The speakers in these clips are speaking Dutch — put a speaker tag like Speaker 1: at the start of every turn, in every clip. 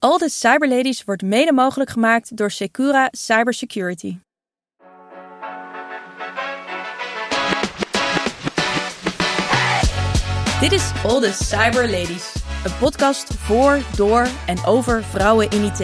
Speaker 1: All the Cyberladies wordt mede mogelijk gemaakt door Secura Cybersecurity. Dit is All the Cyberladies, een podcast voor, door en over vrouwen in IT.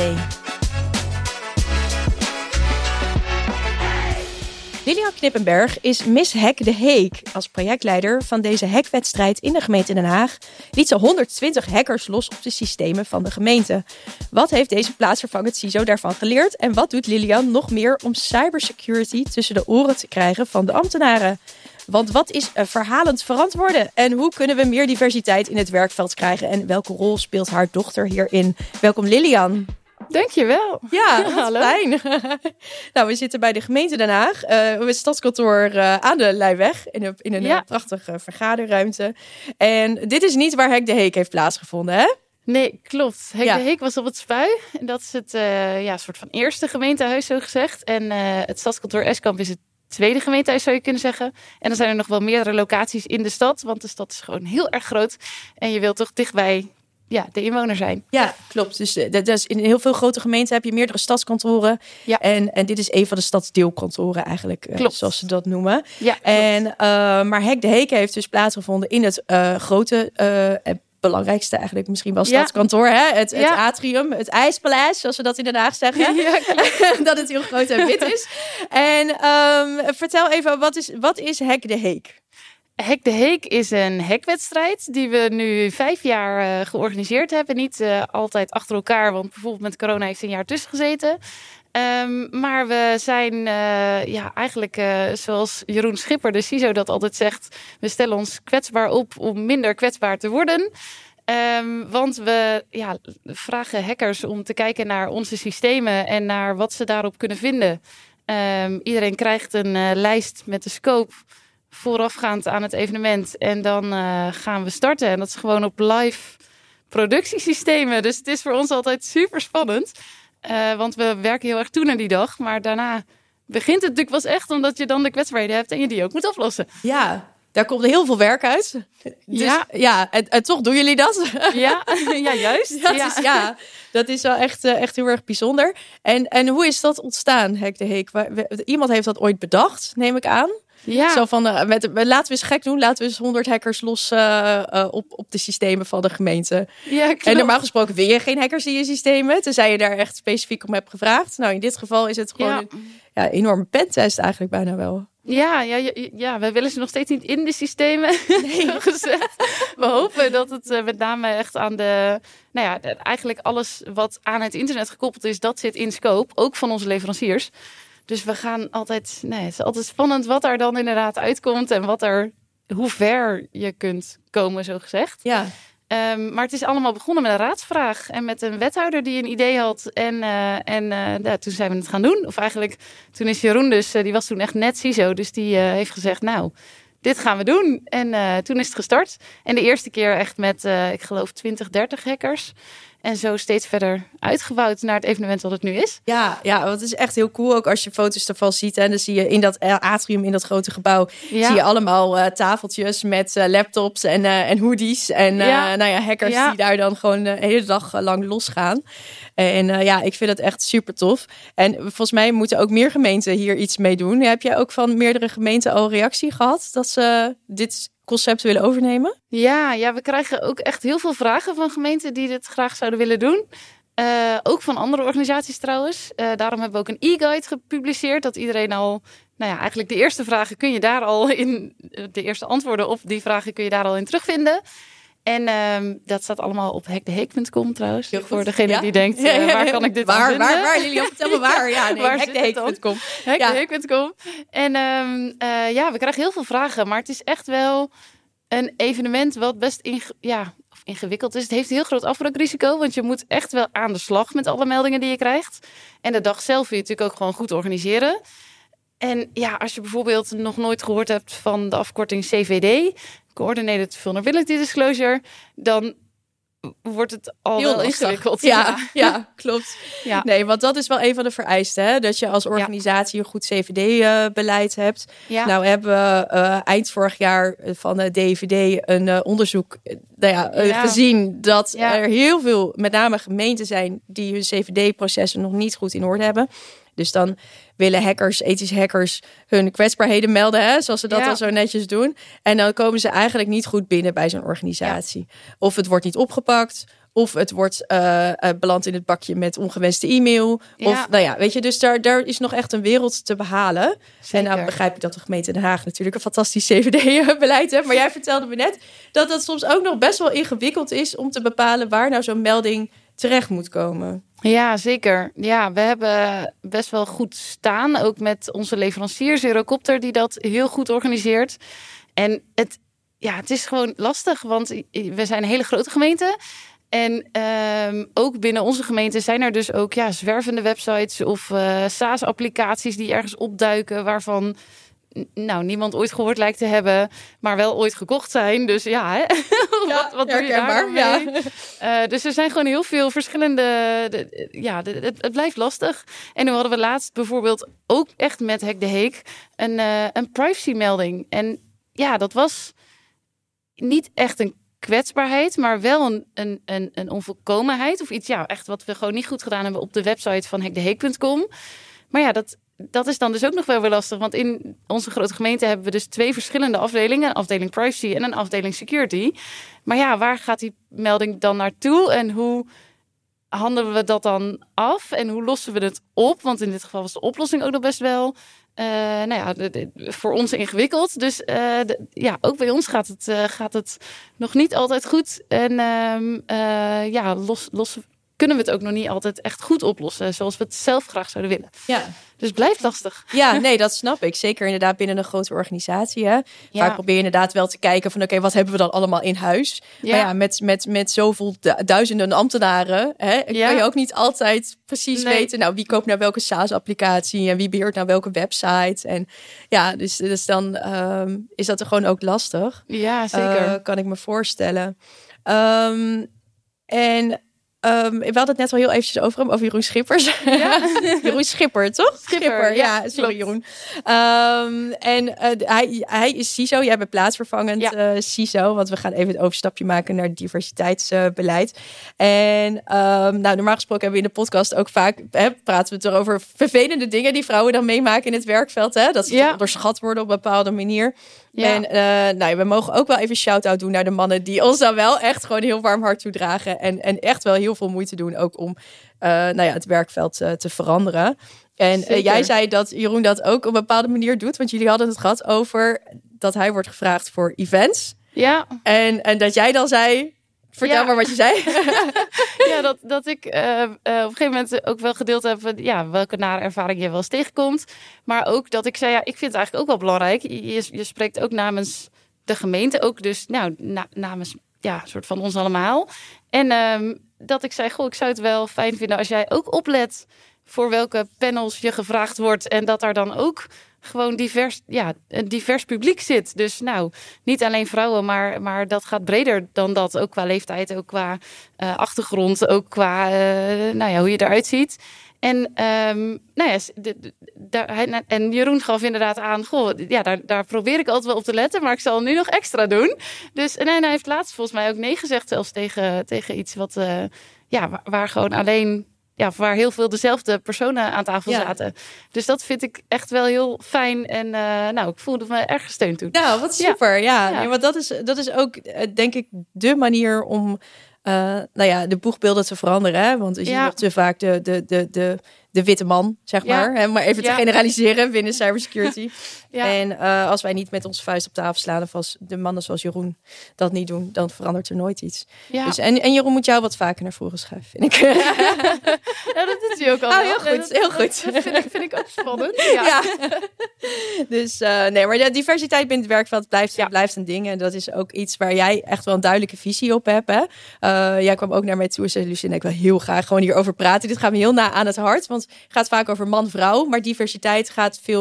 Speaker 1: Lilian Knippenberg is Miss Hack de Heek. Als projectleider van deze hackwedstrijd in de gemeente Den Haag liet ze 120 hackers los op de systemen van de gemeente. Wat heeft deze plaatsvervangend CISO daarvan geleerd? En wat doet Lilian nog meer om cybersecurity tussen de oren te krijgen van de ambtenaren? Want wat is verhalend verantwoorden? En hoe kunnen we meer diversiteit in het werkveld krijgen? En welke rol speelt haar dochter hierin? Welkom Lilian.
Speaker 2: Dankjewel.
Speaker 1: Ja, hallo. Fijn. Nou, we zitten bij de gemeente Den Haag. Het stadskantoor aan de Leijweg. In een prachtige vergaderruimte. En dit is niet waar Hack de Heek heeft plaatsgevonden, hè?
Speaker 2: Nee, klopt. Hack de Heek was op het Spui. En dat is het soort van eerste gemeentehuis, zo gezegd. En het stadskantoor Eskamp is het tweede gemeentehuis, zou je kunnen zeggen. En dan zijn er nog wel meerdere locaties in de stad. Want de stad is gewoon heel erg groot. En je wilt toch dichtbij de inwoner zijn. Ja,
Speaker 1: klopt. Dus in heel veel grote gemeenten heb je meerdere stadskantoren. Ja. En dit is een van de stadsdeelkantoren eigenlijk, zoals ze dat noemen. Ja, maar Hack de Heek heeft dus plaatsgevonden in het grote belangrijkste eigenlijk misschien wel stadskantoor. Hè? Het atrium, het IJspaleis, zoals we dat in Den Haag zeggen. Ja, dat het heel groot en wit is. En vertel even, wat is Hack de Heek?
Speaker 2: Hack de Heek is een hackwedstrijd die we nu 5 jaar georganiseerd hebben. Niet altijd achter elkaar, want bijvoorbeeld met corona heeft een jaar tussen gezeten. Maar we zijn eigenlijk zoals Jeroen Schipper, de CISO, dat altijd zegt, we stellen ons kwetsbaar op om minder kwetsbaar te worden. Want we vragen hackers om te kijken naar onze systemen en naar wat ze daarop kunnen vinden. Iedereen krijgt een lijst met de scope voorafgaand aan het evenement. En dan gaan we starten. En dat is gewoon op live productiesystemen. Dus het is voor ons altijd super spannend. Want we werken heel erg toe naar die dag. Maar daarna begint het natuurlijk pas echt omdat je dan de kwetsbaarheden hebt en je die ook moet oplossen.
Speaker 1: Ja, daar komt heel veel werk uit. Dus, en toch doen jullie dat?
Speaker 2: Ja, juist.
Speaker 1: Dat is wel echt heel erg bijzonder. En hoe is dat ontstaan, Hack de Heek? Iemand heeft dat ooit bedacht, neem ik aan. Ja. Zo van, laten we eens gek doen. Laten we eens 100 hackers los op de systemen van de gemeente. Ja, klopt. En normaal gesproken wil je geen hackers in je systemen. Tenzij je daar echt specifiek om hebt gevraagd. Nou, in dit geval is het gewoon een enorme pentest eigenlijk bijna wel.
Speaker 2: Ja, wij willen ze nog steeds niet in de systemen. Nee. We hopen dat het met name echt aan eigenlijk alles wat aan het internet gekoppeld is, dat zit in scope. Ook van onze leveranciers. Dus we gaan altijd, het is altijd spannend wat er dan inderdaad uitkomt en hoe ver je kunt komen, zo gezegd. Ja. Maar het is allemaal begonnen met een raadsvraag en met een wethouder die een idee had. En toen zijn we het gaan doen. Of eigenlijk, toen is Jeroen die was toen echt net CISO. Dus die heeft gezegd, nou, dit gaan we doen. En toen is het gestart. En de eerste keer echt met, ik geloof, 20, 30 hackers. En zo steeds verder uitgebouwd naar het evenement wat het nu is.
Speaker 1: Ja, want het is echt heel cool. Ook als je foto's ervan ziet. En dan zie je in dat atrium, in dat grote gebouw, zie je allemaal tafeltjes met laptops en hoodies. En hackers die daar dan gewoon de hele dag lang losgaan. En ik vind het echt super tof. En volgens mij moeten ook meer gemeenten hier iets mee doen. Heb jij ook van meerdere gemeenten al reactie gehad dat ze dit concept willen overnemen?
Speaker 2: Ja, we krijgen ook echt heel veel vragen van gemeenten die dit graag zouden willen doen. Ook van andere organisaties trouwens. Daarom hebben we ook een e-guide gepubliceerd. Dat iedereen al, eigenlijk de eerste vragen kun je daar al in, de eerste antwoorden op die vragen kun je daar al in terugvinden. En dat staat allemaal op hackdeheek.com trouwens. Voor degene die denkt, waar kan ik dit aan vinden?
Speaker 1: Waar, Lilian, vertel me waar. Ja, nee, hackdeheek.com.
Speaker 2: Hackdeheek.com. En we krijgen heel veel vragen. Maar het is echt wel een evenement wat best ingewikkeld is. Het heeft een heel groot afbraakrisico. Want je moet echt wel aan de slag met alle meldingen die je krijgt. En de dag zelf wil je natuurlijk ook gewoon goed organiseren. En als je bijvoorbeeld nog nooit gehoord hebt van de afkorting CVD, Coordinated Vulnerability Disclosure, dan wordt het al
Speaker 1: heel
Speaker 2: wel
Speaker 1: lastig.
Speaker 2: ingewikkeld.
Speaker 1: Ja, klopt.
Speaker 2: Ja.
Speaker 1: Nee, want dat is wel een van de vereisten. Hè? Dat je als organisatie een goed CVD-beleid hebt.
Speaker 2: Ja.
Speaker 1: Nou hebben we eind vorig jaar van de DVD een onderzoek gezien dat er heel veel, met name gemeenten zijn die hun CVD-processen nog niet goed in orde hebben. Dus dan willen hackers, ethische hackers, hun kwetsbaarheden melden, hè, zoals ze dat al zo netjes doen. En dan komen ze eigenlijk niet goed binnen bij zo'n organisatie. Ja. Of het wordt niet opgepakt, of het wordt beland in het bakje met ongewenste e-mail. Ja. Of, weet je, dus daar is nog echt een wereld te behalen. Zeker. En nou begrijp ik dat de gemeente Den Haag natuurlijk een fantastisch CVD-beleid heeft. Maar jij vertelde me net dat het soms ook nog best wel ingewikkeld is om te bepalen waar nou zo'n melding terecht moet komen.
Speaker 2: Ja, zeker. Ja, we hebben best wel goed staan. Ook met onze leverancier Zerocopter die dat heel goed organiseert. En het is gewoon lastig, want we zijn een hele grote gemeente. En ook binnen onze gemeente zijn er dus ook zwervende websites of SaaS-applicaties die ergens opduiken waarvan niemand ooit gehoord lijkt te hebben, maar wel ooit gekocht zijn. Dus hè? Wat doe je daar mee? Ja. Dus er zijn gewoon heel veel verschillende. Het blijft lastig. En nu hadden we laatst bijvoorbeeld ook echt met Hack the Heek een privacy-melding. En dat was niet echt een kwetsbaarheid, maar wel een onvolkomenheid of iets, echt wat we gewoon niet goed gedaan hebben op de website van hacktheheek.com. Maar dat is dan dus ook nog wel weer lastig. Want in onze grote gemeente hebben we dus 2 verschillende afdelingen. Een afdeling privacy en een afdeling security. Maar waar gaat die melding dan naartoe? En hoe handelen we dat dan af? En hoe lossen we het op? Want in dit geval was de oplossing ook nog best wel voor ons ingewikkeld. Dus ook bij ons gaat het nog niet altijd goed. En kunnen we het ook nog niet altijd echt goed oplossen, zoals we het zelf graag zouden willen. Ja. Dus het blijft lastig.
Speaker 1: Ja, nee, dat snap ik. Zeker inderdaad binnen een grote organisatie. Hè? Vaak probeer je inderdaad wel te kijken van oké, wat hebben we dan allemaal in huis? Ja. Maar met zoveel duizenden ambtenaren kan je ook niet altijd precies weten, wie koopt nou welke SaaS-applicatie en wie beheert nou welke website. En dus dan is dat er gewoon ook lastig.
Speaker 2: Ja, zeker.
Speaker 1: Kan ik me voorstellen. We hadden het net al heel eventjes over Jeroen Schippers. Ja. Jeroen Schipper, toch?
Speaker 2: Schipper,
Speaker 1: ja. Sorry, Jeroen. Hij is CISO. Jij bent plaatsvervangend CISO. Want we gaan even het overstapje maken naar het diversiteitsbeleid. En normaal gesproken hebben we in de podcast ook vaak praten we het erover vervelende dingen die vrouwen dan meemaken in het werkveld. Hè? Dat ze onderschat worden op een bepaalde manier. Ja. En we mogen ook wel even shout-out doen naar de mannen die ons dan wel echt gewoon heel warm hart toedragen. En echt wel heel veel moeite doen ook om het werkveld te veranderen. En jij zei dat Jeroen dat ook op een bepaalde manier doet. Want jullie hadden het gehad over dat hij wordt gevraagd voor events. Ja. En dat jij dan zei, vertel maar wat je zei.
Speaker 2: dat ik op een gegeven moment ook wel gedeeld heb welke nare ervaring je wel eens tegenkomt. Maar ook dat ik zei, ik vind het eigenlijk ook wel belangrijk. Je spreekt ook namens de gemeente, ook dus namens soort van ons allemaal. En dat ik zei, ik zou het wel fijn vinden als jij ook oplet voor welke panels je gevraagd wordt. En dat daar dan ook gewoon een divers publiek zit. Dus niet alleen vrouwen, maar dat gaat breder dan dat. Ook qua leeftijd, ook qua achtergrond, ook qua hoe je eruit ziet. En en Jeroen gaf inderdaad aan, daar probeer ik altijd wel op te letten, maar ik zal nu nog extra doen. Dus en hij heeft laatst volgens mij ook nee gezegd, zelfs tegen iets wat waar gewoon alleen waar heel veel dezelfde personen aan tafel zaten. Dus dat vind ik echt wel heel fijn. En ik voelde me erg gesteund toen.
Speaker 1: Nou, wat super. Ja. Nee, want dat is ook, denk ik, de manier om de boegbeelden te veranderen. Hè? Want je ziet nog te vaak de witte man, zeg maar. Hè? Maar even te generaliseren binnen cybersecurity. En als wij niet met onze vuist op tafel slaan, of als de mannen zoals Jeroen dat niet doen, dan verandert er nooit iets. Ja. Dus, en Jeroen moet jou wat vaker naar voren schuiven, vind ik.
Speaker 2: Dat doet hij ook al.
Speaker 1: Heel goed, heel goed.
Speaker 2: Dat vind ik ook spannend.
Speaker 1: Ja. Dus maar de diversiteit binnen het werkveld blijft een ding. En dat is ook iets waar jij echt wel een duidelijke visie op hebt. Hè? Jij kwam ook naar mij toe en zei, Lucien, ik wil heel graag gewoon hierover praten. Dit gaat me heel na aan het hart, want het gaat vaak over man-vrouw, maar diversiteit gaat veel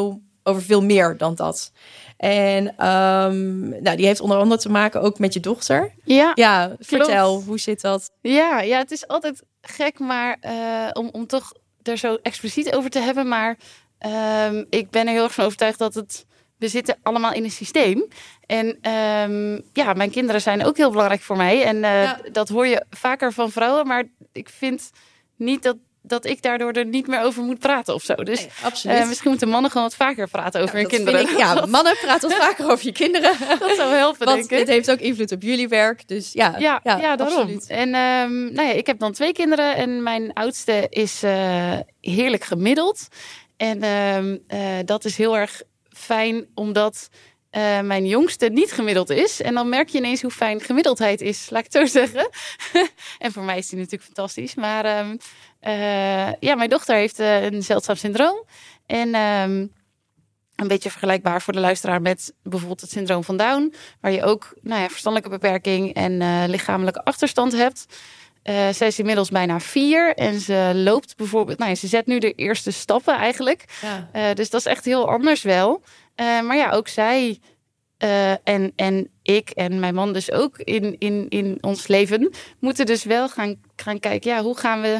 Speaker 1: over veel meer dan dat. En die heeft onder andere te maken ook met je dochter. Ja, vertel, hoe zit dat?
Speaker 2: Ja, het is altijd gek, maar om toch er zo expliciet over te hebben. Maar ik ben er heel erg van overtuigd dat we zitten allemaal in een systeem. En mijn kinderen zijn ook heel belangrijk voor mij. En dat hoor je vaker van vrouwen. Maar ik vind niet dat ik daardoor er niet meer over moet praten of zo. Dus
Speaker 1: nee, absoluut.
Speaker 2: Misschien moeten mannen gewoon wat vaker praten over hun kinderen.
Speaker 1: Mannen praten wat vaker over je kinderen.
Speaker 2: Dat zou helpen, denk ik.
Speaker 1: Het heeft ook invloed op jullie werk. Dus ja,
Speaker 2: daarom.
Speaker 1: Absoluut.
Speaker 2: En ik heb dan 2 kinderen. En mijn oudste is heerlijk gemiddeld. En dat is heel erg fijn, omdat mijn jongste niet gemiddeld is. En dan merk je ineens hoe fijn gemiddeldheid is, laat ik het zo zeggen. En voor mij is die natuurlijk fantastisch. Maar mijn dochter heeft een zeldzaam syndroom. En een beetje vergelijkbaar voor de luisteraar met bijvoorbeeld het syndroom van Down. Waar je ook verstandelijke beperking en lichamelijke achterstand hebt. Zij is inmiddels bijna 4 en ze loopt bijvoorbeeld... ze zet nu de eerste stappen eigenlijk. Ja. Dus dat is echt heel anders wel. Maar ook zij en ik en mijn man dus ook in ons leven... moeten dus wel gaan kijken, hoe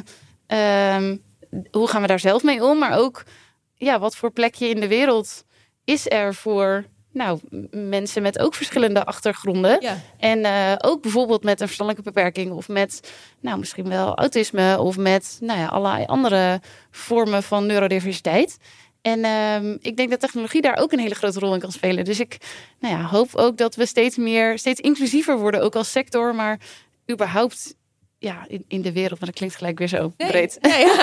Speaker 2: gaan we daar zelf mee om? Maar ook, wat voor plekje in de wereld is er voor... mensen met ook verschillende achtergronden. Ja. En ook bijvoorbeeld met een verstandelijke beperking... of met misschien wel autisme... of met allerlei andere vormen van neurodiversiteit. En ik denk dat technologie daar ook een hele grote rol in kan spelen. Dus ik hoop ook dat we steeds inclusiever worden... ook als sector, maar überhaupt... in de wereld, maar dat klinkt gelijk weer zo breed.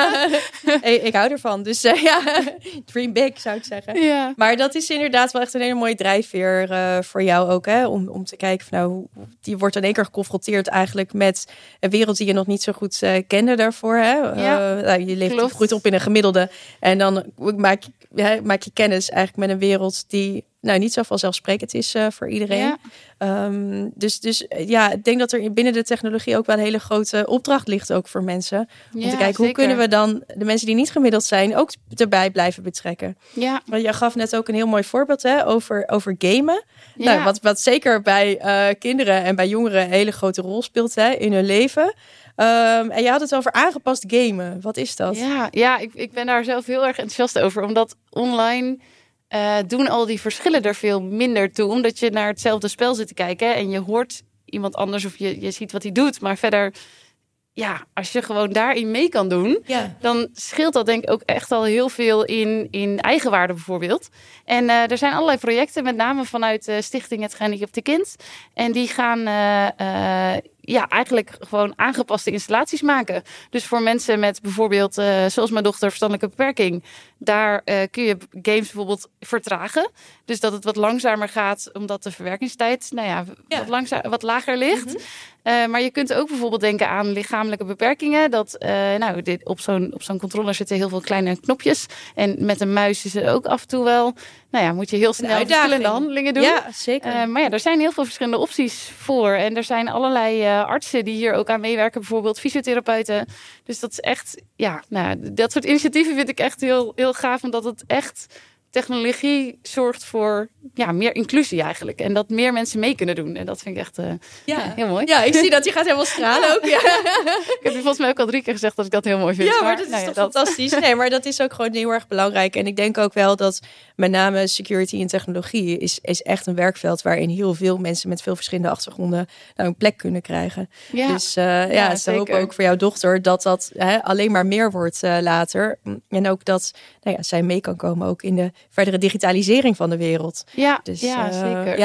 Speaker 1: Nee, ik hou ervan. Dus dream big, zou ik zeggen. Ja. Maar dat is inderdaad wel echt een hele mooie drijfveer voor jou ook. Hè? Om te kijken van je wordt in één keer geconfronteerd eigenlijk met een wereld die je nog niet zo goed kende daarvoor. Hè? Je leeft goed op in een gemiddelde. En dan maak je kennis eigenlijk met een wereld die niet zo vanzelfsprekend is voor iedereen. Ja. Dus ik denk dat er binnen de technologie ook wel een hele grote opdracht ligt ook voor mensen. Om te kijken, hoe kunnen we dan de mensen die niet gemiddeld zijn ook erbij blijven betrekken. Ja. Want jij gaf net ook een heel mooi voorbeeld over gamen. Ja. Wat zeker bij kinderen en bij jongeren een hele grote rol speelt in hun leven. En je had het over aangepast gamen. Wat is dat?
Speaker 2: Ja, ik ben daar zelf heel erg enthousiast over. Omdat online... doen al die verschillen er veel minder toe. Omdat je naar hetzelfde spel zit te kijken. En je hoort iemand anders of je ziet wat hij doet. Maar verder, als je gewoon daarin mee kan doen... dan scheelt dat denk ik ook echt al heel veel in eigenwaarde bijvoorbeeld. En er zijn allerlei projecten, met name vanuit Stichting Het Gehandicapte Kind. En die gaan... eigenlijk gewoon aangepaste installaties maken. Dus voor mensen met bijvoorbeeld, zoals mijn dochter, verstandelijke beperking, daar kun je games bijvoorbeeld vertragen. Dus dat het wat langzamer gaat, omdat de verwerkingstijd wat lager ligt. Mm-hmm. Maar je kunt ook bijvoorbeeld denken aan lichamelijke beperkingen. Dat op zo'n controller zitten heel veel kleine knopjes. En met een muis is het ook af en toe wel... moet je heel snel verschillende handelingen doen.
Speaker 1: Ja, zeker.
Speaker 2: Maar er zijn heel veel verschillende opties voor. En er zijn allerlei artsen die hier ook aan meewerken. Bijvoorbeeld fysiotherapeuten. Dus dat is echt... dat soort initiatieven vind ik echt heel, heel gaaf. Omdat het echt... technologie zorgt voor meer inclusie eigenlijk. En dat meer mensen mee kunnen doen. En dat vind ik echt heel mooi.
Speaker 1: Ja, ik zie dat. Je gaat helemaal stralen ook. Ja.
Speaker 2: Ik heb je volgens mij ook al 3 keer gezegd dat ik dat heel mooi vind.
Speaker 1: Ja, maar dat is toch fantastisch. Nee, maar dat is ook gewoon heel erg belangrijk. En ik denk ook wel dat met name security en technologie is echt een werkveld waarin heel veel mensen met veel verschillende achtergronden een plek kunnen krijgen. Ja. Dus ze hopen ook voor jouw dochter dat alleen maar meer wordt later. En ook dat zij mee kan komen ook in de verdere digitalisering van de wereld.
Speaker 2: Ja, dus, zeker.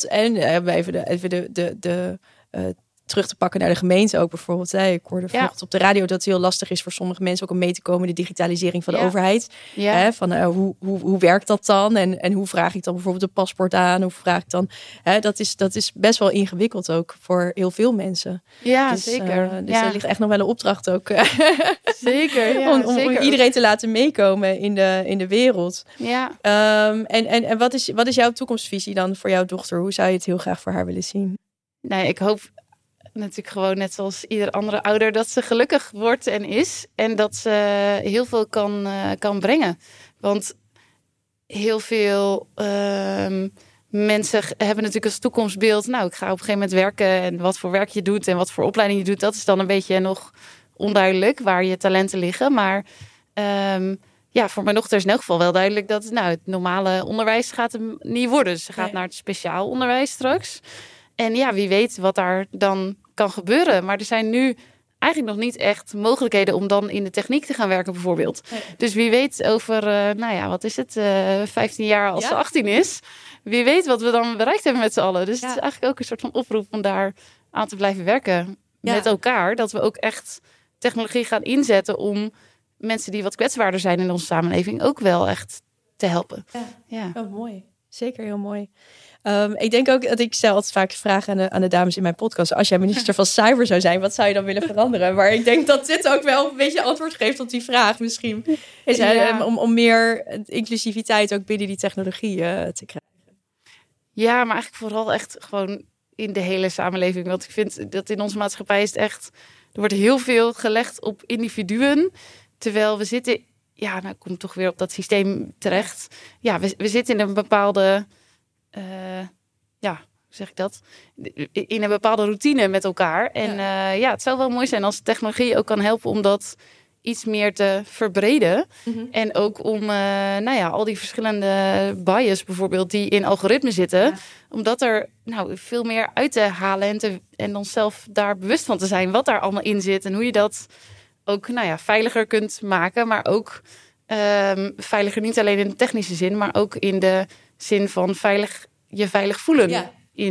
Speaker 1: Even de terug te pakken naar de gemeente ook bijvoorbeeld. Ik hoorde vanochtend op de radio dat het heel lastig is voor sommige mensen ook om mee te komen in de digitalisering van de overheid. Ja. Hoe werkt dat dan? En hoe vraag ik dan bijvoorbeeld een paspoort aan? Hoe vraag ik dan? Dat is best wel ingewikkeld ook voor heel veel mensen.
Speaker 2: Ja, dus, zeker.
Speaker 1: Dus er ligt echt nog wel een opdracht ook.
Speaker 2: Zeker,
Speaker 1: om iedereen te laten meekomen in de wereld.
Speaker 2: Ja.
Speaker 1: En wat is jouw toekomstvisie dan voor jouw dochter? Hoe zou je het heel graag voor haar willen zien?
Speaker 2: Nee, ik hoop natuurlijk gewoon net zoals ieder andere ouder dat ze gelukkig wordt en is. En dat ze heel veel kan brengen. Want heel veel mensen hebben natuurlijk als toekomstbeeld... nou, ik ga op een gegeven moment werken en wat voor werk je doet... en wat voor opleiding je doet, dat is dan een beetje nog onduidelijk... waar je talenten liggen. Maar voor mijn dochter is in elk geval wel duidelijk... dat het normale onderwijs gaat hem niet worden. Dus ze gaat naar het speciaal onderwijs straks. En wie weet wat daar dan kan gebeuren. Maar er zijn nu eigenlijk nog niet echt mogelijkheden... om dan in de techniek te gaan werken bijvoorbeeld. Nee. Dus wie weet over, 15 jaar als ze 18 is... wie weet wat we dan bereikt hebben met z'n allen. Dus het is eigenlijk ook een soort van oproep om daar aan te blijven werken met elkaar. Dat we ook echt technologie gaan inzetten om mensen die wat kwetsbaarder zijn in onze samenleving ook wel echt te helpen.
Speaker 1: Ja. Oh, mooi. Zeker heel mooi. Ik denk ook dat ik stel altijd vaak vragen aan de dames in mijn podcast. Als jij minister van Cyber zou zijn, wat zou je dan willen veranderen? Maar ik denk dat dit ook wel een beetje antwoord geeft op die vraag misschien. Is om meer inclusiviteit ook binnen die technologie te krijgen.
Speaker 2: Ja, maar eigenlijk vooral echt gewoon in de hele samenleving. Want ik vind dat in onze maatschappij is het echt... er wordt heel veel gelegd op individuen. Terwijl we zitten... ik kom toch weer op dat systeem terecht. Ja, we zitten in een bepaalde... hoe zeg ik dat? In een bepaalde routine met elkaar. En het zou wel mooi zijn als technologie ook kan helpen om dat iets meer te verbreden. Mm-hmm. En ook om al die verschillende bias bijvoorbeeld die in algoritmen zitten. Ja. Om dat er veel meer uit te halen en onszelf daar bewust van te zijn wat daar allemaal in zit. En hoe je dat ook veiliger kunt maken. Maar ook veiliger niet alleen in de technische zin, maar ook in de zin van je veilig voelen. Ja.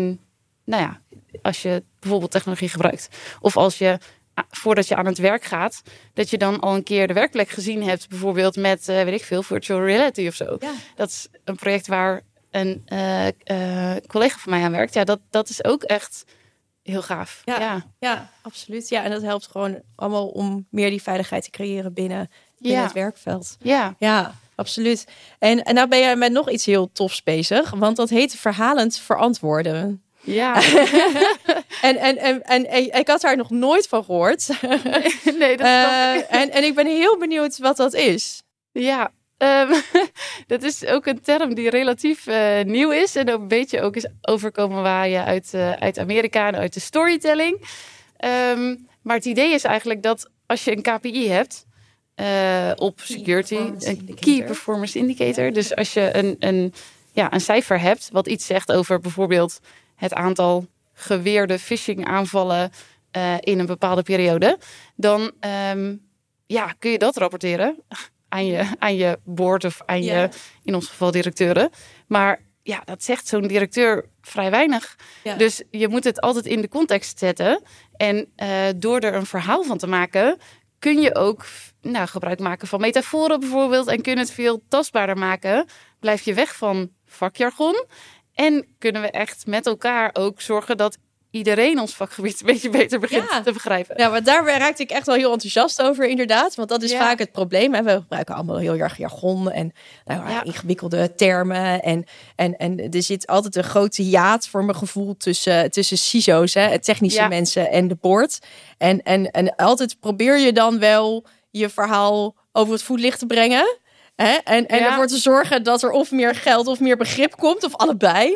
Speaker 2: Als je bijvoorbeeld technologie gebruikt. Of als je voordat je aan het werk gaat, dat je dan al een keer de werkplek gezien hebt, bijvoorbeeld met, virtual reality of zo. Ja. Dat is een project waar een collega van mij aan werkt. Ja, dat is ook echt heel gaaf.
Speaker 1: Ja, absoluut. Ja, en dat helpt gewoon allemaal om meer die veiligheid te creëren binnen het werkveld. Ja, absoluut. En nou ben jij met nog iets heel tofs bezig, want dat heet verhalend verantwoorden.
Speaker 2: Ja.
Speaker 1: en ik had daar nog nooit van gehoord.
Speaker 2: Nee, dat snap ik.
Speaker 1: En ik ben heel benieuwd wat dat is.
Speaker 2: Ja, dat is ook een term die relatief nieuw is. En ook een beetje ook is overkomen waar je uit Amerika en uit de storytelling. Maar het idee is eigenlijk dat als je een KPI hebt op security, een Key Performance Indicator. Dus als je een cijfer hebt wat iets zegt over bijvoorbeeld het aantal geweerde phishing aanvallen in een bepaalde periode, dan kun je dat rapporteren aan je board of aan je, in ons geval, directeuren. Maar dat zegt zo'n directeur vrij weinig. Ja. Dus je moet het altijd in de context zetten. En door er een verhaal van te maken, kun je ook gebruik maken van metaforen bijvoorbeeld. En kun je het veel tastbaarder maken. Blijf je weg van vakjargon. En kunnen we echt met elkaar ook zorgen dat iedereen ons vakgebied een beetje beter begint te begrijpen. Ja,
Speaker 1: maar daar raakte ik echt wel heel enthousiast over, inderdaad. Want dat is vaak het probleem. Hè. We gebruiken allemaal heel erg jargon en ingewikkelde termen. En er zit altijd een grote hiaat voor mijn gevoel tussen CISO's, technische mensen en de board. En altijd probeer je dan wel je verhaal over het voetlicht te brengen. En ervoor te zorgen dat er of meer geld of meer begrip komt, of allebei.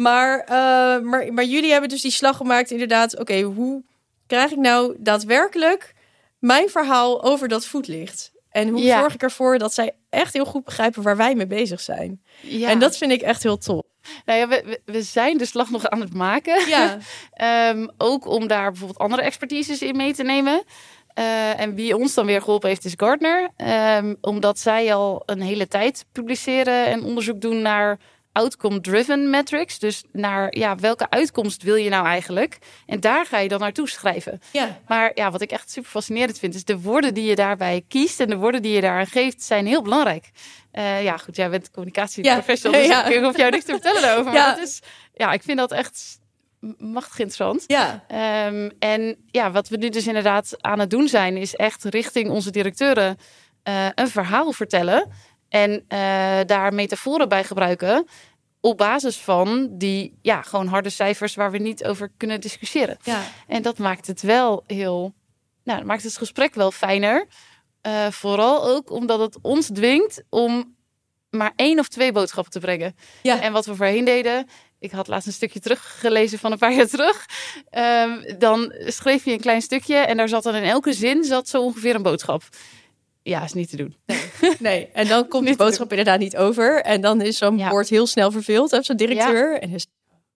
Speaker 1: Maar jullie hebben dus die slag gemaakt, inderdaad. Oké, hoe krijg ik nou daadwerkelijk mijn verhaal over dat voetlicht? En hoe zorg ik ervoor dat zij echt heel goed begrijpen waar wij mee bezig zijn? Ja. En dat vind ik echt heel tof.
Speaker 2: We zijn de slag nog aan het maken. Ja. Ook om daar bijvoorbeeld andere expertises in mee te nemen. En wie ons dan weer geholpen heeft is Gartner. Omdat zij al een hele tijd publiceren en onderzoek doen naar outcome-driven metrics. Dus naar welke uitkomst wil je nou eigenlijk? En daar ga je dan naartoe schrijven. Ja. Maar wat ik echt super fascinerend vind, is de woorden die je daarbij kiest en de woorden die je daaraan geeft, zijn heel belangrijk. Goed, jij bent communicatieprofessional, dus ik hoef jou niks te vertellen daarover. Maar dat is, ik vind dat echt machtig interessant. Ja. En wat we nu dus inderdaad aan het doen zijn, is echt richting onze directeuren een verhaal vertellen en daar metaforen bij gebruiken op basis van die gewoon harde cijfers waar we niet over kunnen discussiëren. Ja. En dat maakt het wel dat maakt het gesprek wel fijner. Vooral ook omdat het ons dwingt om maar 1 of 2 boodschappen te brengen.
Speaker 1: Ja.
Speaker 2: En wat we voorheen deden, ik had laatst een stukje teruggelezen van een paar jaar terug. Dan schreef je een klein stukje en daar zat dan in elke zin zo ongeveer een boodschap. Ja, is niet te doen.
Speaker 1: Nee, en dan komt die boodschap inderdaad niet over. En dan is zo'n bord heel snel verveeld, hè, zo'n directeur. Ja. En dus...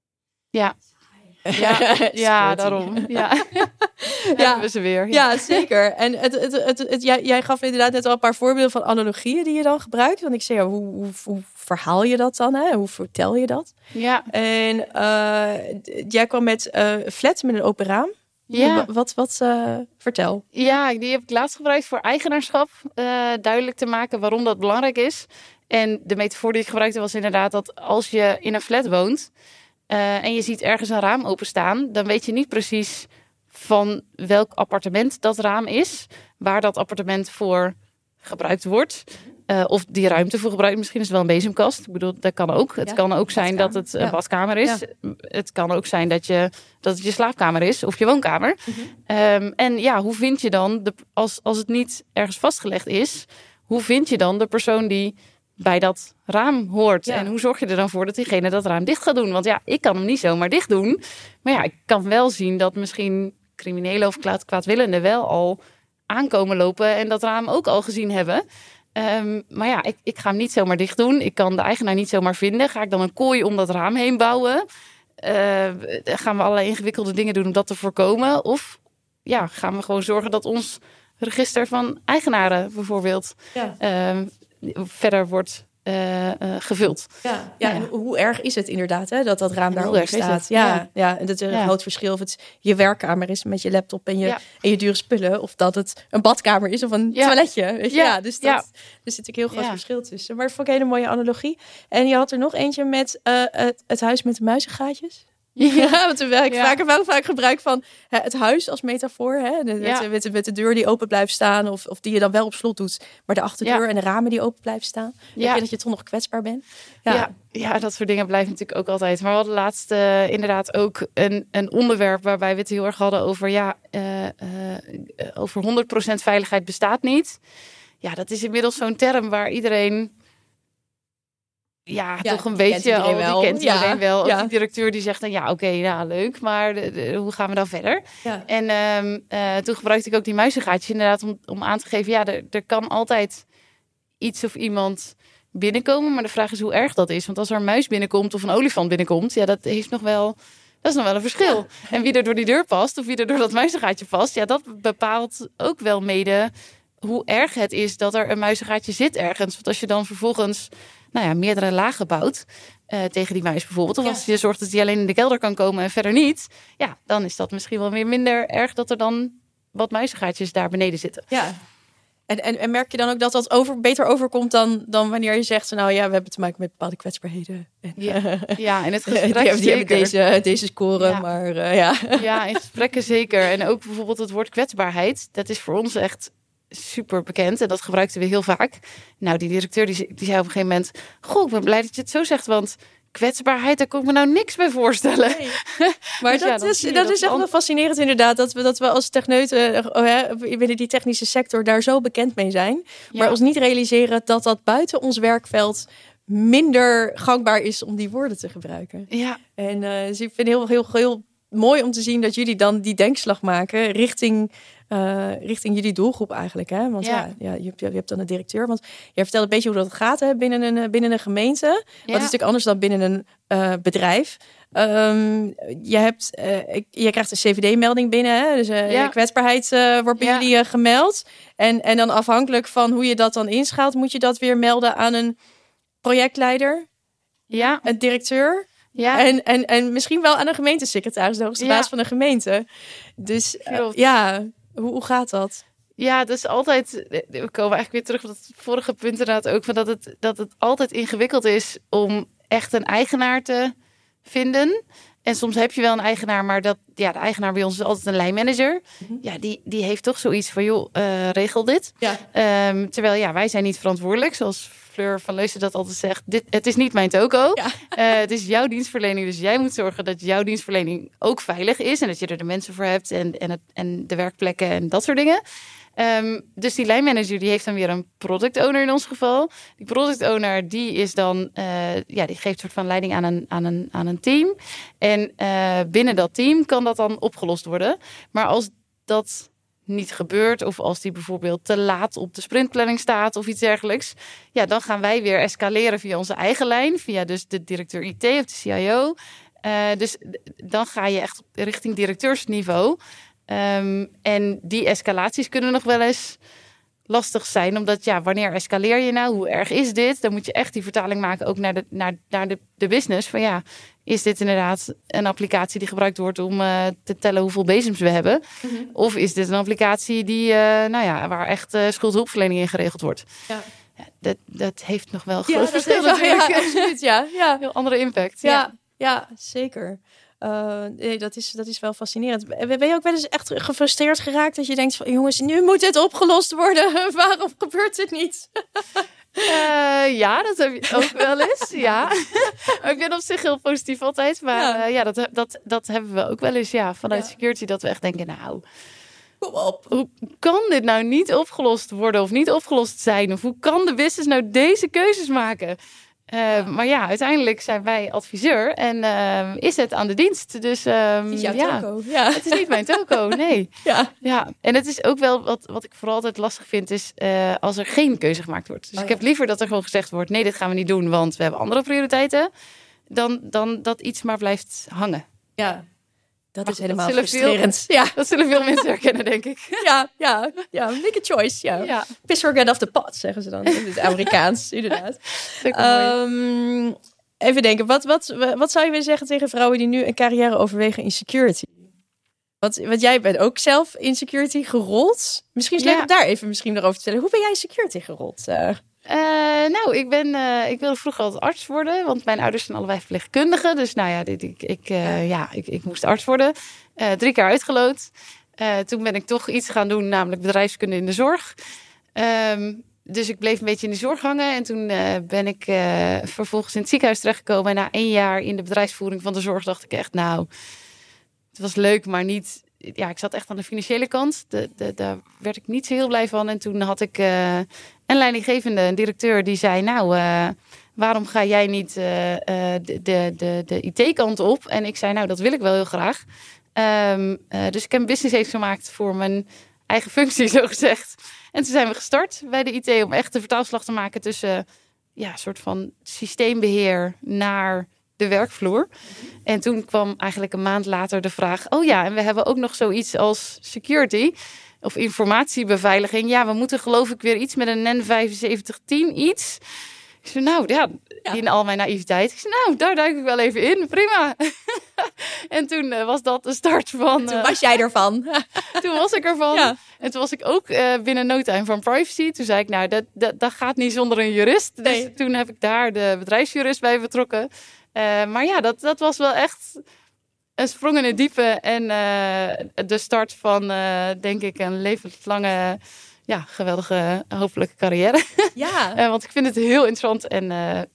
Speaker 2: Ja, daarom. Ja. Hebben we ze weer.
Speaker 1: Ja, zeker. En jij gaf inderdaad net al een paar voorbeelden van analogieën die je dan gebruikt. Want ik zei, hoe verhaal je dat dan? Hè? Hoe vertel je dat?
Speaker 2: Ja.
Speaker 1: En jij kwam met flat met een open raam.
Speaker 2: Ja.
Speaker 1: Wat vertel.
Speaker 2: Ja, die heb ik laatst gebruikt voor eigenaarschap. Duidelijk te maken waarom dat belangrijk is. En de metafoor die ik gebruikte was inderdaad dat als je in een flat woont en je ziet ergens een raam openstaan, dan weet je niet precies van welk appartement dat raam is, waar dat appartement voor gebruikt wordt. Of die ruimte voor gebruikt. Misschien is het wel een bezemkast. Ik bedoel, dat kan ook. Het kan ook zijn dat het een badkamer is. Ja. Het kan ook zijn dat het je slaapkamer is of je woonkamer. Mm-hmm. En ja, hoe vind je dan, als het niet ergens vastgelegd is, hoe vind je dan de persoon die bij dat raam hoort? Ja. En hoe zorg je er dan voor dat diegene dat raam dicht gaat doen? Want ja, ik kan hem niet zomaar dicht doen. Maar ja, ik kan wel zien dat misschien criminelen of kwaadwillenden wel al aankomen lopen en dat raam ook al gezien hebben. Maar ja, ik ga hem niet zomaar dicht doen. Ik kan de eigenaar niet zomaar vinden. Ga ik dan een kooi om dat raam heen bouwen? Gaan we allerlei ingewikkelde dingen doen om dat te voorkomen? Of ja, gaan we gewoon zorgen dat ons register van eigenaren bijvoorbeeld verder wordt gevuld.
Speaker 1: Ja, en hoe erg is het inderdaad hè, dat raam daar open staat? Ja, en dat is een groot verschil of het je werkkamer is met je laptop en je dure spullen, of dat het een badkamer is of een toiletje. Weet je? Ja, dus er zit natuurlijk heel groot verschil tussen. Maar dat vond ik een hele mooie analogie. En je had er nog eentje met het huis met de muizengaatjes. Ja, want ik maak er wel vaak gebruik van het huis als metafoor. Hè? Met de deur die open blijft staan. Of die je dan wel op slot doet. Maar de achterdeur en de ramen die open blijven staan. Weet je dat je toch nog kwetsbaar bent.
Speaker 2: Ja, dat soort dingen blijven natuurlijk ook altijd. Maar we hadden laatst inderdaad ook een onderwerp waarbij we het heel erg hadden over over 100% veiligheid bestaat niet. Ja, dat is inmiddels zo'n term waar iedereen toch een beetje die kent iedereen wel. Ook die directeur die zegt dan oké, leuk, maar hoe gaan we dan verder? Ja. En toen gebruikte ik ook die muizengaatjes inderdaad om aan te geven, er kan altijd iets of iemand binnenkomen, maar de vraag is hoe erg dat is. Want als er een muis binnenkomt of een olifant binnenkomt, dat is nog wel een verschil. Ja. En wie er door die deur past of wie er door dat muizengaatje past, dat bepaalt ook wel mede hoe erg het is dat er een muizengaatje zit ergens. Want als je dan vervolgens meerdere lagen bouwt tegen die muis bijvoorbeeld. Of als je zorgt dat die alleen in de kelder kan komen en verder niet. Ja, dan is dat misschien wel weer minder erg dat er dan wat muizengaatjes daar beneden zitten. Ja.
Speaker 1: En merk je dan ook dat beter overkomt dan wanneer je zegt, we hebben te maken met bepaalde kwetsbaarheden. En
Speaker 2: het gesprek
Speaker 1: die hebben deze score, maar
Speaker 2: Ja, in gesprekken zeker. En ook bijvoorbeeld het woord kwetsbaarheid. Dat is voor ons echt super bekend en dat gebruikten we heel vaak. Nou, die directeur die zei op een gegeven moment, ik ben blij dat je het zo zegt, want kwetsbaarheid, daar kon ik me nou niks bij voorstellen. Nee.
Speaker 1: Maar dus dat is echt wel fascinerend inderdaad, dat we als techneuten binnen die technische sector daar zo bekend mee zijn, maar ons niet realiseren dat buiten ons werkveld minder gangbaar is om die woorden te gebruiken. Ja. En dus ik vind het heel mooi om te zien dat jullie dan die denkslag maken richting jullie doelgroep eigenlijk. Hè? Want je hebt dan een directeur. Want jij vertelt een beetje hoe dat gaat binnen een gemeente. Ja. Dat is natuurlijk anders dan binnen een bedrijf. Je krijgt een CVD-melding binnen. Hè? Dus kwetsbaarheid wordt bij jullie gemeld. En dan afhankelijk van hoe je dat dan inschaalt, moet je dat weer melden aan een projectleider. Ja. Een directeur. Ja. En misschien wel aan een gemeentesecretaris, de hoogste baas van de gemeente. Dus hoe gaat dat?
Speaker 2: Ja, dus altijd, we komen eigenlijk weer terug op dat vorige punt inderdaad ook, van dat het altijd ingewikkeld is om echt een eigenaar te vinden. En soms heb je wel een eigenaar, maar de eigenaar bij ons is altijd een lijnmanager. Mm-hmm. Ja, die heeft toch zoiets van, regel dit. Ja. Terwijl wij zijn niet verantwoordelijk, zoals Fleur van Leusden dat altijd zegt. Het is niet mijn toko. Ja. Het is jouw dienstverlening, dus jij moet zorgen dat jouw dienstverlening ook veilig is en dat je er de mensen voor hebt en de werkplekken en dat soort dingen. Dus die lijnmanager die heeft dan weer een product owner in ons geval. Die product owner die is dan, die geeft een soort van leiding aan een team. En binnen dat team kan dat dan opgelost worden. Maar als dat niet gebeurt, of als die bijvoorbeeld te laat op de sprintplanning staat of iets dergelijks, ja, dan gaan wij weer escaleren via onze eigen lijn, via dus de directeur IT of de CIO. Dus dan ga je echt richting directeursniveau. En die escalaties kunnen nog wel eens lastig zijn, omdat wanneer escaleer je nou? Hoe erg is dit? Dan moet je echt die vertaling maken ook naar de business. Van is dit inderdaad een applicatie die gebruikt wordt om te tellen hoeveel bezems we hebben? Mm-hmm. Of is dit een applicatie die, waar echt schuldhulpverlening in geregeld wordt? Ja. Ja, dat heeft nog wel groot verschil natuurlijk.
Speaker 1: Ja, absoluut, ja.
Speaker 2: Heel andere impact.
Speaker 1: Ja, zeker. Dat is wel fascinerend. Ben je ook wel eens echt gefrustreerd geraakt dat je denkt van jongens, nu moet het opgelost worden. Waarom gebeurt het niet?
Speaker 2: Ja, dat heb je ook wel eens. Ja. Ik ben op zich heel positief altijd. Maar dat hebben we ook wel eens vanuit security. Dat we echt denken, nou, kom op. Hoe kan dit nou niet opgelost worden of niet opgelost zijn? Of hoe kan de business nou deze keuzes maken? Maar uiteindelijk zijn wij adviseur en is het aan de dienst. Dus
Speaker 1: het is jouw toko. Ja.
Speaker 2: Het is niet mijn toko, nee. Ja. En het is ook wel wat ik vooral altijd lastig vind, is als er geen keuze gemaakt wordt. Dus ik heb liever dat er gewoon gezegd wordt, nee, dit gaan we niet doen, want we hebben andere prioriteiten, dan dat iets maar blijft hangen.
Speaker 1: Ja. Dat is helemaal frustrerend.
Speaker 2: Dat zullen veel mensen herkennen, denk ik.
Speaker 1: Ja, make a choice. Ja. Piss or get off the pot, zeggen ze dan in het Amerikaans, inderdaad. Even denken, wat zou je willen zeggen tegen vrouwen die nu een carrière overwegen in security? Want jij bent ook zelf in security gerold. Misschien is het leuk om daar even nog over te vertellen. Hoe ben jij in security gerold?
Speaker 2: Ik wilde vroeger altijd arts worden, want mijn ouders zijn allebei verpleegkundigen. Dus ik moest arts worden. 3 keer uitgeloot. Toen ben ik toch iets gaan doen, namelijk bedrijfskunde in de zorg. Dus ik bleef een beetje in de zorg hangen. En toen ben ik vervolgens in het ziekenhuis terechtgekomen. En na 1 jaar in de bedrijfsvoering van de zorg dacht ik echt, nou, het was leuk, maar niet. Ja, ik zat echt aan de financiële kant. Daar werd ik niet zo heel blij van. En toen had ik een leidinggevende, een directeur, die zei, nou, waarom ga jij niet de IT-kant op? En ik zei, nou, dat wil ik wel heel graag. Dus ik heb een business case gemaakt voor mijn eigen functie, zo gezegd. En toen zijn we gestart bij de IT om echt de vertaalslag te maken tussen een soort van systeembeheer naar de werkvloer. En toen kwam eigenlijk een maand later de vraag, en we hebben ook nog zoiets als security of informatiebeveiliging. Ja, we moeten geloof ik weer iets met een NEN 7510 iets. Ik zei, in al mijn naïviteit. Ik zei, daar duik ik wel even in. Prima. En toen was dat de start van.
Speaker 1: Toen was jij ervan.
Speaker 2: Toen was ik ervan. Ja. En toen was ik ook binnen no time van privacy. Toen zei ik, dat gaat niet zonder een jurist. Nee. Dus toen heb ik daar de bedrijfsjurist bij betrokken. Maar dat was wel echt een sprong in het diepe. En de start van, denk ik, een levenslange, geweldige, hopelijke carrière. Ja. Want ik vind het heel interessant. En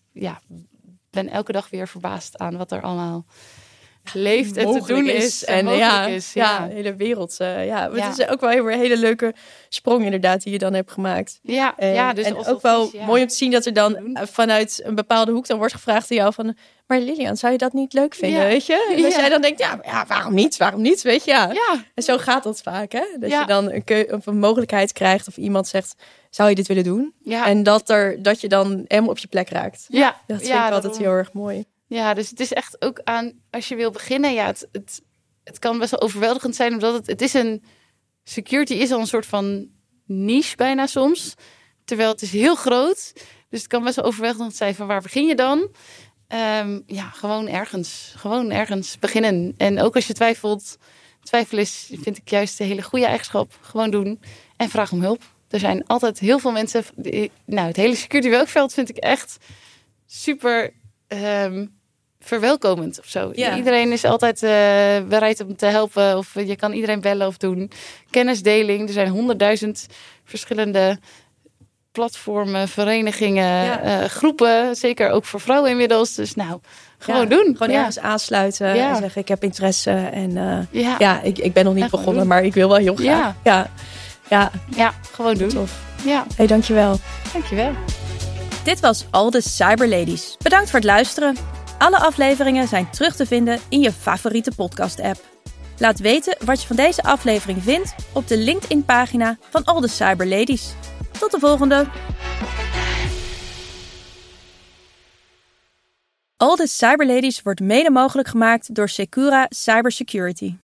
Speaker 2: ben elke dag weer verbaasd aan wat er allemaal leeft en te doen is. En mogelijk is.
Speaker 1: Ja, de hele wereld. Het is ook wel een hele leuke sprong inderdaad die je dan hebt gemaakt. Dus ook wel mooi om te zien dat er dan vanuit een bepaalde hoek dan wordt gevraagd aan jou van, maar Lilian, zou je dat niet leuk vinden, weet je? En als jij dan denkt, waarom niet, weet je? Ja. En zo gaat dat vaak, hè? Dat je dan een mogelijkheid krijgt of iemand zegt, zou je dit willen doen? Ja. En dat je dan helemaal op je plek raakt. Ja. Dat vind ik altijd heel erg mooi.
Speaker 2: Ja, dus het is echt ook aan, als je wil beginnen, het kan best wel overweldigend zijn, omdat het is security is al een soort van niche bijna soms, terwijl het is heel groot. Dus het kan best wel overweldigend zijn van waar begin je dan? Gewoon ergens beginnen. En ook als je twijfelt, twijfel vind ik juist een hele goede eigenschap. Gewoon doen en vraag om hulp. Er zijn altijd heel veel mensen, het hele security werkveld vind ik echt super verwelkomend of zo. Ja. Iedereen is altijd bereid om te helpen of je kan iedereen bellen of doen. Kennisdeling, er zijn 100.000 verschillende platformen, verenigingen, groepen. Zeker ook voor vrouwen inmiddels. Dus gewoon doen.
Speaker 1: Gewoon ergens aansluiten en zeggen ik heb interesse. En ik ben nog niet begonnen, maar ik wil wel heel graag. Ja.
Speaker 2: Ja, gewoon doen.
Speaker 1: Tof.
Speaker 2: Ja,
Speaker 1: Hey, dankjewel.
Speaker 2: dankjewel.
Speaker 1: Dit was All the Cyber Ladies. Bedankt voor het luisteren. Alle afleveringen zijn terug te vinden in je favoriete podcast-app. Laat weten wat je van deze aflevering vindt op de LinkedIn-pagina van All the Cyber Ladies. Tot de volgende! All the Cyber Ladies wordt mede mogelijk gemaakt door Secura Cybersecurity.